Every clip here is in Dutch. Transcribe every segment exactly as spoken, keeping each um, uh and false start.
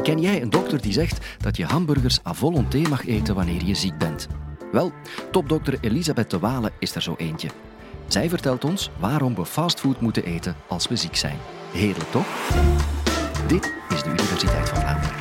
Ken jij een dokter die zegt dat je hamburgers à volonté mag eten wanneer je ziek bent? Wel, topdokter Elisabeth de Waele is er zo eentje. Zij vertelt ons waarom we fastfood moeten eten als we ziek zijn. Heerlijk, toch? Dit is de Universiteit van Vlaanderen.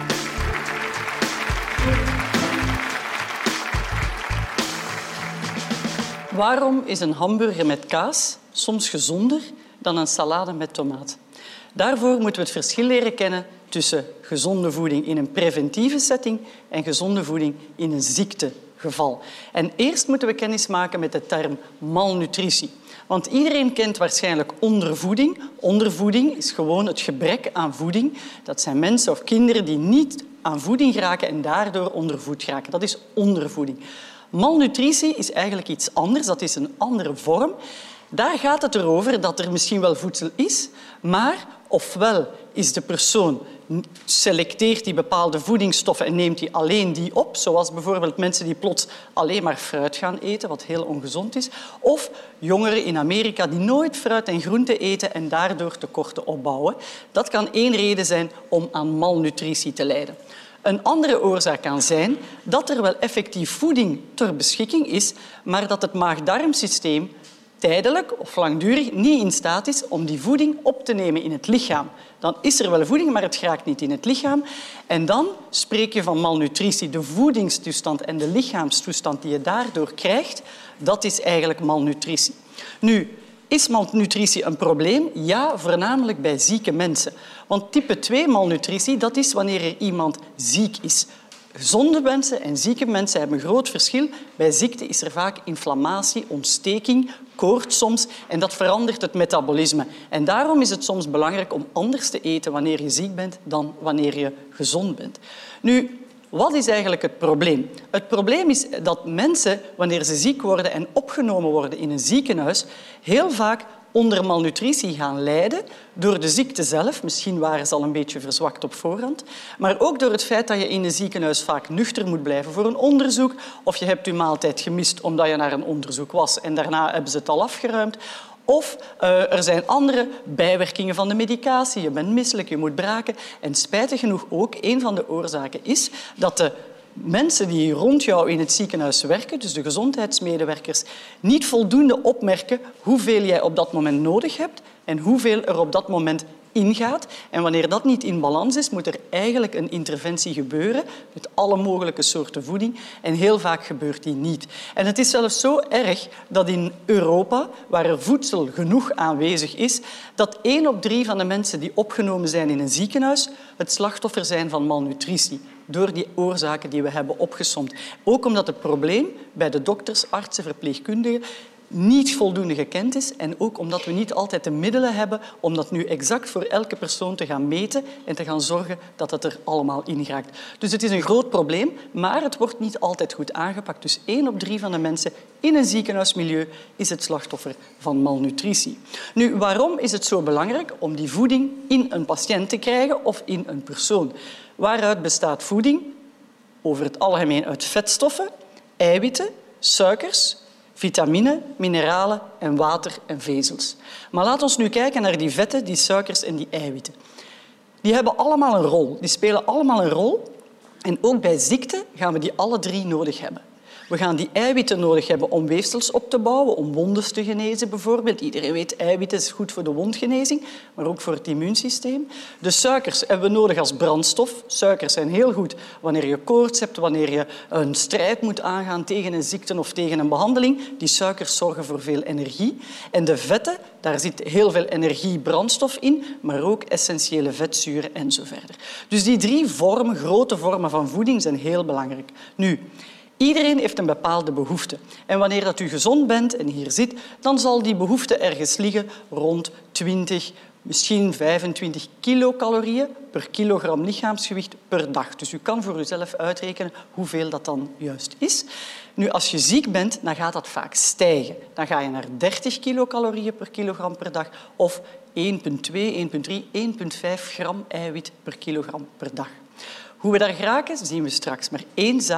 Waarom is een hamburger met kaas soms gezonder dan een salade met tomaat? Daarvoor moeten we het verschil leren kennen tussen gezonde voeding in een preventieve setting en gezonde voeding in een ziektegeval. En eerst moeten we kennis maken met de term malnutritie. Want iedereen kent waarschijnlijk ondervoeding. Ondervoeding is gewoon het gebrek aan voeding. Dat zijn mensen of kinderen die niet aan voeding geraken en daardoor ondervoed geraken. Dat is ondervoeding. Malnutritie is eigenlijk iets anders, dat is een andere vorm. Daar gaat het erover dat er misschien wel voedsel is, maar ofwel is de persoon selecteert die bepaalde voedingsstoffen en neemt die alleen die op, zoals bijvoorbeeld mensen die plots alleen maar fruit gaan eten, wat heel ongezond is, of jongeren in Amerika die nooit fruit en groente eten en daardoor tekorten opbouwen. Dat kan één reden zijn om aan malnutritie te lijden. Een andere oorzaak kan zijn dat er wel effectief voeding ter beschikking is, maar dat het maag-darmsysteem tijdelijk of langdurig niet in staat is om die voeding op te nemen in het lichaam. Dan is er wel voeding, maar het geraakt niet in het lichaam. En dan spreek je van malnutritie. De voedingstoestand en de lichaamstoestand die je daardoor krijgt, dat is eigenlijk malnutritie. Nu, is malnutritie een probleem? Ja, voornamelijk bij zieke mensen. Want type twee malnutritie, dat is wanneer er iemand ziek is. Gezonde mensen en zieke mensen hebben een groot verschil. Bij ziekte is er vaak inflammatie, ontsteking, koorts soms en dat verandert het metabolisme. En daarom is het soms belangrijk om anders te eten wanneer je ziek bent dan wanneer je gezond bent. Nu, wat is eigenlijk het probleem? Het probleem is dat mensen, wanneer ze ziek worden en opgenomen worden in een ziekenhuis, heel vaak onder malnutritie gaan lijden door de ziekte zelf. Misschien waren ze al een beetje verzwakt op voorhand. Maar ook door het feit dat je in een ziekenhuis vaak nuchter moet blijven voor een onderzoek. Of je hebt je maaltijd gemist omdat je naar een onderzoek was en daarna hebben ze het al afgeruimd. Of uh, er zijn andere bijwerkingen van de medicatie. Je bent misselijk, je moet braken. En spijtig genoeg ook, een van de oorzaken is dat de mensen die rond jou in het ziekenhuis werken, dus de gezondheidsmedewerkers, niet voldoende opmerken hoeveel jij op dat moment nodig hebt en hoeveel er op dat moment ingaat. En wanneer dat niet in balans is, moet er eigenlijk een interventie gebeuren met alle mogelijke soorten voeding. En heel vaak gebeurt die niet. En het is zelfs zo erg dat in Europa, waar er voedsel genoeg aanwezig is, dat één op drie van de mensen die opgenomen zijn in een ziekenhuis het slachtoffer zijn van malnutritie. Door die oorzaken die we hebben opgesomd. Ook omdat het probleem bij de dokters, artsen, verpleegkundigen niet voldoende gekend is en ook omdat we niet altijd de middelen hebben om dat nu exact voor elke persoon te gaan meten en te gaan zorgen dat het er allemaal in geraakt. Dus het is een groot probleem, maar het wordt niet altijd goed aangepakt. Dus één op drie van de mensen in een ziekenhuismilieu is het slachtoffer van malnutritie. Nu, waarom is het zo belangrijk om die voeding in een patiënt te krijgen of in een persoon? Waaruit bestaat voeding? Over het algemeen uit vetstoffen, eiwitten, suikers, vitamine, mineralen en water en vezels. Maar laat ons nu kijken naar die vetten, die suikers en die eiwitten. Die hebben allemaal een rol. Die spelen allemaal een rol. En ook bij ziekte gaan we die alle drie nodig hebben. We gaan die eiwitten nodig hebben om weefsels op te bouwen, om wonden te genezen bijvoorbeeld. Iedereen weet, eiwitten is goed voor de wondgenezing, maar ook voor het immuunsysteem. De suikers hebben we nodig als brandstof. Suikers zijn heel goed wanneer je koorts hebt, wanneer je een strijd moet aangaan tegen een ziekte of tegen een behandeling. Die suikers zorgen voor veel energie. En de vetten, daar zit heel veel energie, brandstof in, maar ook essentiële vetzuren en zo verder. Dus die drie vormen, grote vormen van voeding zijn heel belangrijk. Nu, iedereen heeft een bepaalde behoefte. En wanneer dat u gezond bent en hier zit, dan zal die behoefte ergens liggen rond twintig, misschien vijfentwintig kilocalorieën per kilogram lichaamsgewicht per dag. Dus u kan voor uzelf uitrekenen hoeveel dat dan juist is. Nu, als je ziek bent, dan gaat dat vaak stijgen. Dan ga je naar dertig kilocalorieën per kilogram per dag of één komma twee, één komma drie, één komma vijf gram eiwit per kilogram per dag. Hoe we daar geraken, zien we straks. Maar één zaak,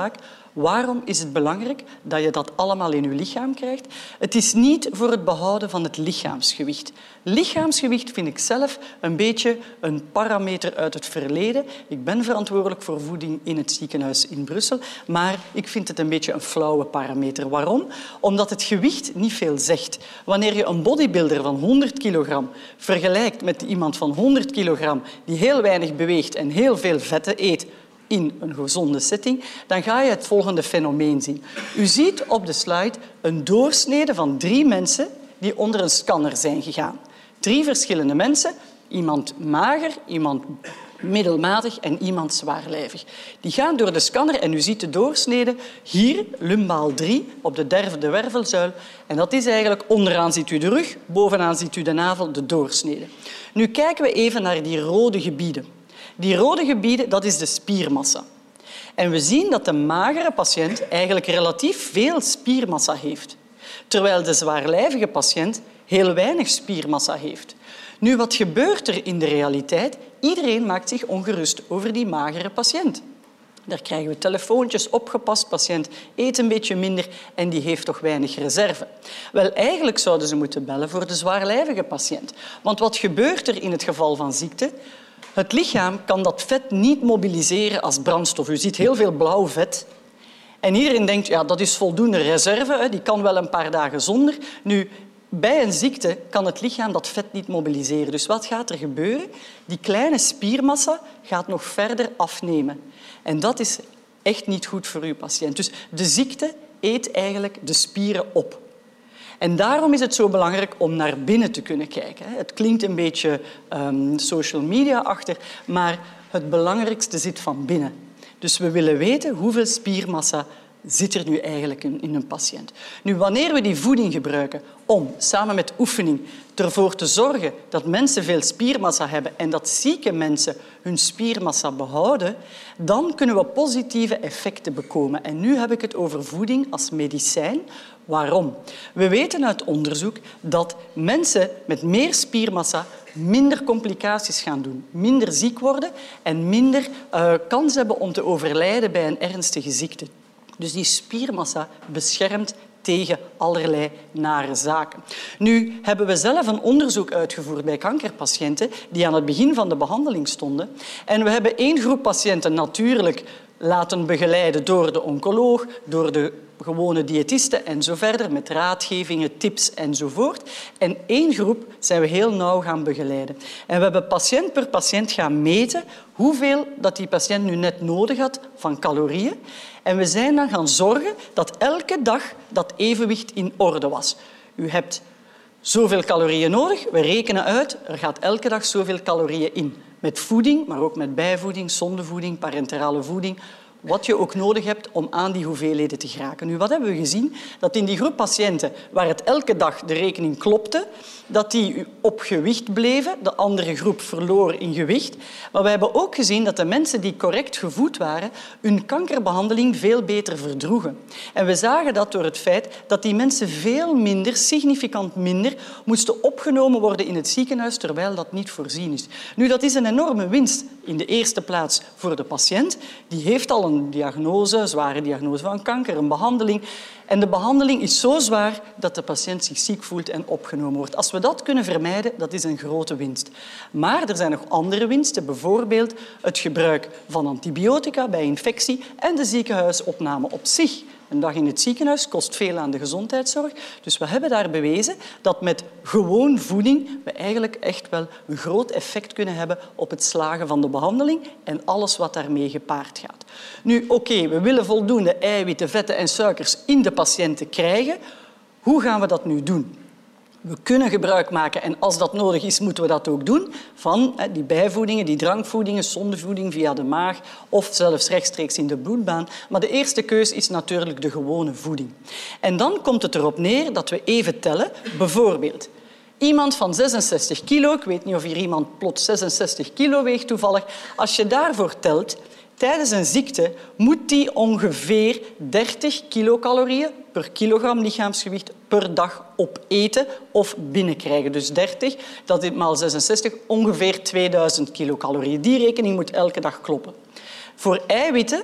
Waarom is het belangrijk dat je dat allemaal in je lichaam krijgt? Het is niet voor het behouden van het lichaamsgewicht. Lichaamsgewicht vind ik zelf een beetje een parameter uit het verleden. Ik ben verantwoordelijk voor voeding in het ziekenhuis in Brussel, maar ik vind het een beetje een flauwe parameter. Waarom? Omdat het gewicht niet veel zegt. Wanneer je een bodybuilder van honderd kilogram vergelijkt met iemand van honderd kilogram die heel weinig beweegt en heel veel vetten eet, in een gezonde setting, dan ga je het volgende fenomeen zien. U ziet op de slide een doorsnede van drie mensen die onder een scanner zijn gegaan. Drie verschillende mensen, iemand mager, iemand middelmatig en iemand zwaarlijvig. Die gaan door de scanner en u ziet de doorsnede hier, lumbaal drie, op de derde wervelzuil. En dat is eigenlijk, onderaan ziet u de rug, bovenaan ziet u de navel, de doorsnede. Nu kijken we even naar die rode gebieden. Die rode gebieden, dat is de spiermassa. En we zien dat de magere patiënt eigenlijk relatief veel spiermassa heeft, terwijl de zwaarlijvige patiënt heel weinig spiermassa heeft. Nu, wat gebeurt er in de realiteit? Iedereen maakt zich ongerust over die magere patiënt. Daar krijgen we telefoontjes, opgepast, patiënt eet een beetje minder en die heeft toch weinig reserve. Wel, eigenlijk zouden ze moeten bellen voor de zwaarlijvige patiënt. Want wat gebeurt er in het geval van ziekte? Het lichaam kan dat vet niet mobiliseren als brandstof. U ziet heel veel blauw vet. En iedereen denkt, ja, dat is voldoende reserve, die kan wel een paar dagen zonder. Nu, bij een ziekte kan het lichaam dat vet niet mobiliseren. Dus wat gaat er gebeuren? Die kleine spiermassa gaat nog verder afnemen. En dat is echt niet goed voor uw patiënt. Dus de ziekte eet eigenlijk de spieren op. En daarom is het zo belangrijk om naar binnen te kunnen kijken. Het klinkt een beetje um, social media-achtig, maar het belangrijkste zit van binnen. Dus we willen weten hoeveel spiermassa zit er nu eigenlijk in, in een patiënt. Nu, wanneer we die voeding gebruiken om, samen met oefening, ervoor te zorgen dat mensen veel spiermassa hebben en dat zieke mensen hun spiermassa behouden, dan kunnen we positieve effecten bekomen. En nu heb ik het over voeding als medicijn. Waarom? We weten uit onderzoek dat mensen met meer spiermassa minder complicaties gaan doen, minder ziek worden en minder uh, kans hebben om te overlijden bij een ernstige ziekte. Dus die spiermassa beschermt tegen allerlei nare zaken. Nu hebben we zelf een onderzoek uitgevoerd bij kankerpatiënten die aan het begin van de behandeling stonden. En we hebben één groep patiënten natuurlijk laten begeleiden door de oncoloog, door de gewone diëtisten en zo verder, met raadgevingen, tips enzovoort. En één groep zijn we heel nauw gaan begeleiden. En we hebben patiënt per patiënt gaan meten hoeveel dat die patiënt nu net nodig had van calorieën. En we zijn dan gaan zorgen dat elke dag dat evenwicht in orde was. U hebt zoveel calorieën nodig, we rekenen uit, er gaat elke dag zoveel calorieën in. Met voeding, maar ook met bijvoeding, zondevoeding, parenterale voeding, wat je ook nodig hebt om aan die hoeveelheden te geraken. Nu, wat hebben we gezien? Dat in die groep patiënten waar het elke dag de rekening klopte, dat die op gewicht bleven. De andere groep verloor in gewicht. Maar we hebben ook gezien dat de mensen die correct gevoed waren, hun kankerbehandeling veel beter verdroegen. En we zagen dat door het feit dat die mensen veel minder, significant minder, moesten opgenomen worden in het ziekenhuis, terwijl dat niet voorzien is. Nu, dat is een enorme winst in de eerste plaats voor de patiënt. Die heeft al een diagnose, een zware diagnose van kanker, een behandeling. En de behandeling is zo zwaar dat de patiënt zich ziek voelt en opgenomen wordt. Als we dat kunnen vermijden, dat is een grote winst. Maar er zijn nog andere winsten, bijvoorbeeld het gebruik van antibiotica bij infectie en de ziekenhuisopname op zich. Een dag in het ziekenhuis kost veel aan de gezondheidszorg. Dus we hebben daar bewezen dat met gewoon voeding we eigenlijk echt wel een groot effect kunnen hebben op het slagen van de behandeling en alles wat daarmee gepaard gaat. Nu, oké, okay, we willen voldoende eiwitten, vetten en suikers in de patiënten krijgen. Hoe gaan we dat nu doen? We kunnen gebruik maken, en als dat nodig is, moeten we dat ook doen, van die bijvoedingen, die drankvoedingen, zondevoeding via de maag of zelfs rechtstreeks in de bloedbaan. Maar de eerste keus is natuurlijk de gewone voeding. En dan komt het erop neer dat we even tellen. Bijvoorbeeld, iemand van zesenzestig kilo, ik weet niet of hier iemand plots zesenzestig kilo weegt toevallig, als je daarvoor telt, tijdens een ziekte moet die ongeveer dertig kilocalorieën per kilogram lichaamsgewicht per dag opeten of binnenkrijgen. Dus dertig, dat is maal zesenzestig, ongeveer tweeduizend kilocalorieën. Die rekening moet elke dag kloppen. Voor eiwitten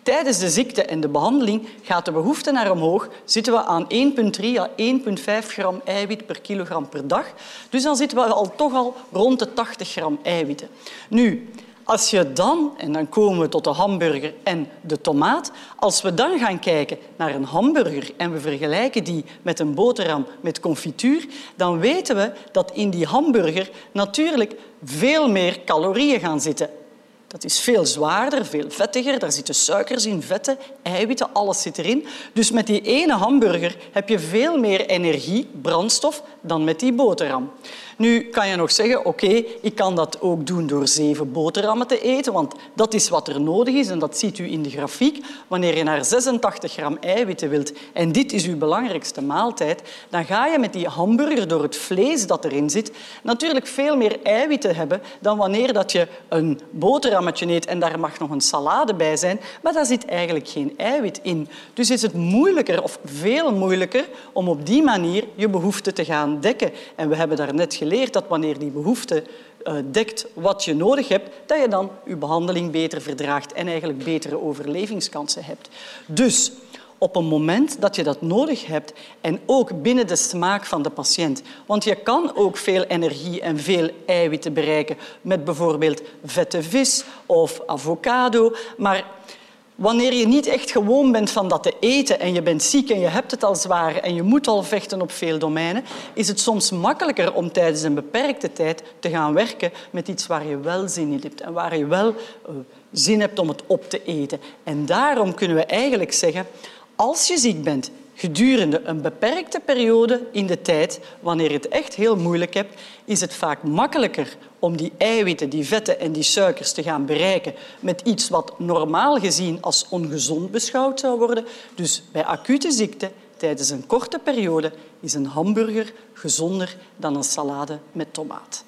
Tijdens de ziekte en de behandeling gaat de behoefte naar omhoog. Zitten we aan één komma drie à één komma vijf gram eiwit per kilogram per dag. Dus dan zitten we al toch al rond de tachtig gram eiwitten. Nu, als je dan, en dan komen we tot de hamburger en de tomaat, als we dan gaan kijken naar een hamburger en we vergelijken die met een boterham met confituur, dan weten we dat in die hamburger natuurlijk veel meer calorieën gaan zitten. Dat is veel zwaarder, veel vettiger. Daar zitten suikers in, vetten, eiwitten, alles zit erin. Dus met die ene hamburger heb je veel meer energie, brandstof, dan met die boterham. Nu kan je nog zeggen, oké, okay, ik kan dat ook doen door zeven boterhammen te eten, want dat is wat er nodig is en dat ziet u in de grafiek. Wanneer je naar zesentachtig gram eiwitten wilt en dit is uw belangrijkste maaltijd, dan ga je met die hamburger door het vlees dat erin zit natuurlijk veel meer eiwitten hebben dan wanneer dat je een boterhammetje eet en daar mag nog een salade bij zijn, maar daar zit eigenlijk geen eiwit in. Dus is het moeilijker of veel moeilijker om op die manier je behoefte te gaan dekken. En we hebben daar net geleerd dat wanneer die behoefte uh, dekt wat je nodig hebt, dat je dan je behandeling beter verdraagt en eigenlijk betere overlevingskansen hebt. Dus op een moment dat je dat nodig hebt en ook binnen de smaak van de patiënt. Want je kan ook veel energie en veel eiwitten bereiken met bijvoorbeeld vette vis of avocado, maar wanneer je niet echt gewoon bent van dat te eten en je bent ziek en je hebt het al zwaar en je moet al vechten op veel domeinen, is het soms makkelijker om tijdens een beperkte tijd te gaan werken met iets waar je wel zin in hebt en waar je wel uh, zin hebt om het op te eten. En daarom kunnen we eigenlijk zeggen, als je ziek bent gedurende een beperkte periode in de tijd, wanneer je het echt heel moeilijk hebt, is het vaak makkelijker om die eiwitten, die vetten en die suikers te gaan bereiken met iets wat normaal gezien als ongezond beschouwd zou worden. Dus bij acute ziekte, tijdens een korte periode, is een hamburger gezonder dan een salade met tomaat.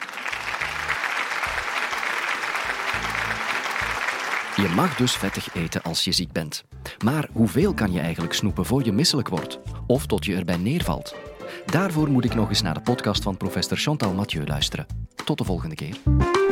Je mag dus vettig eten als je ziek bent. Maar hoeveel kan je eigenlijk snoepen voor je misselijk wordt? Of tot je erbij neervalt? Daarvoor moet ik nog eens naar de podcast van professor Chantal Mathieu luisteren. Tot de volgende keer.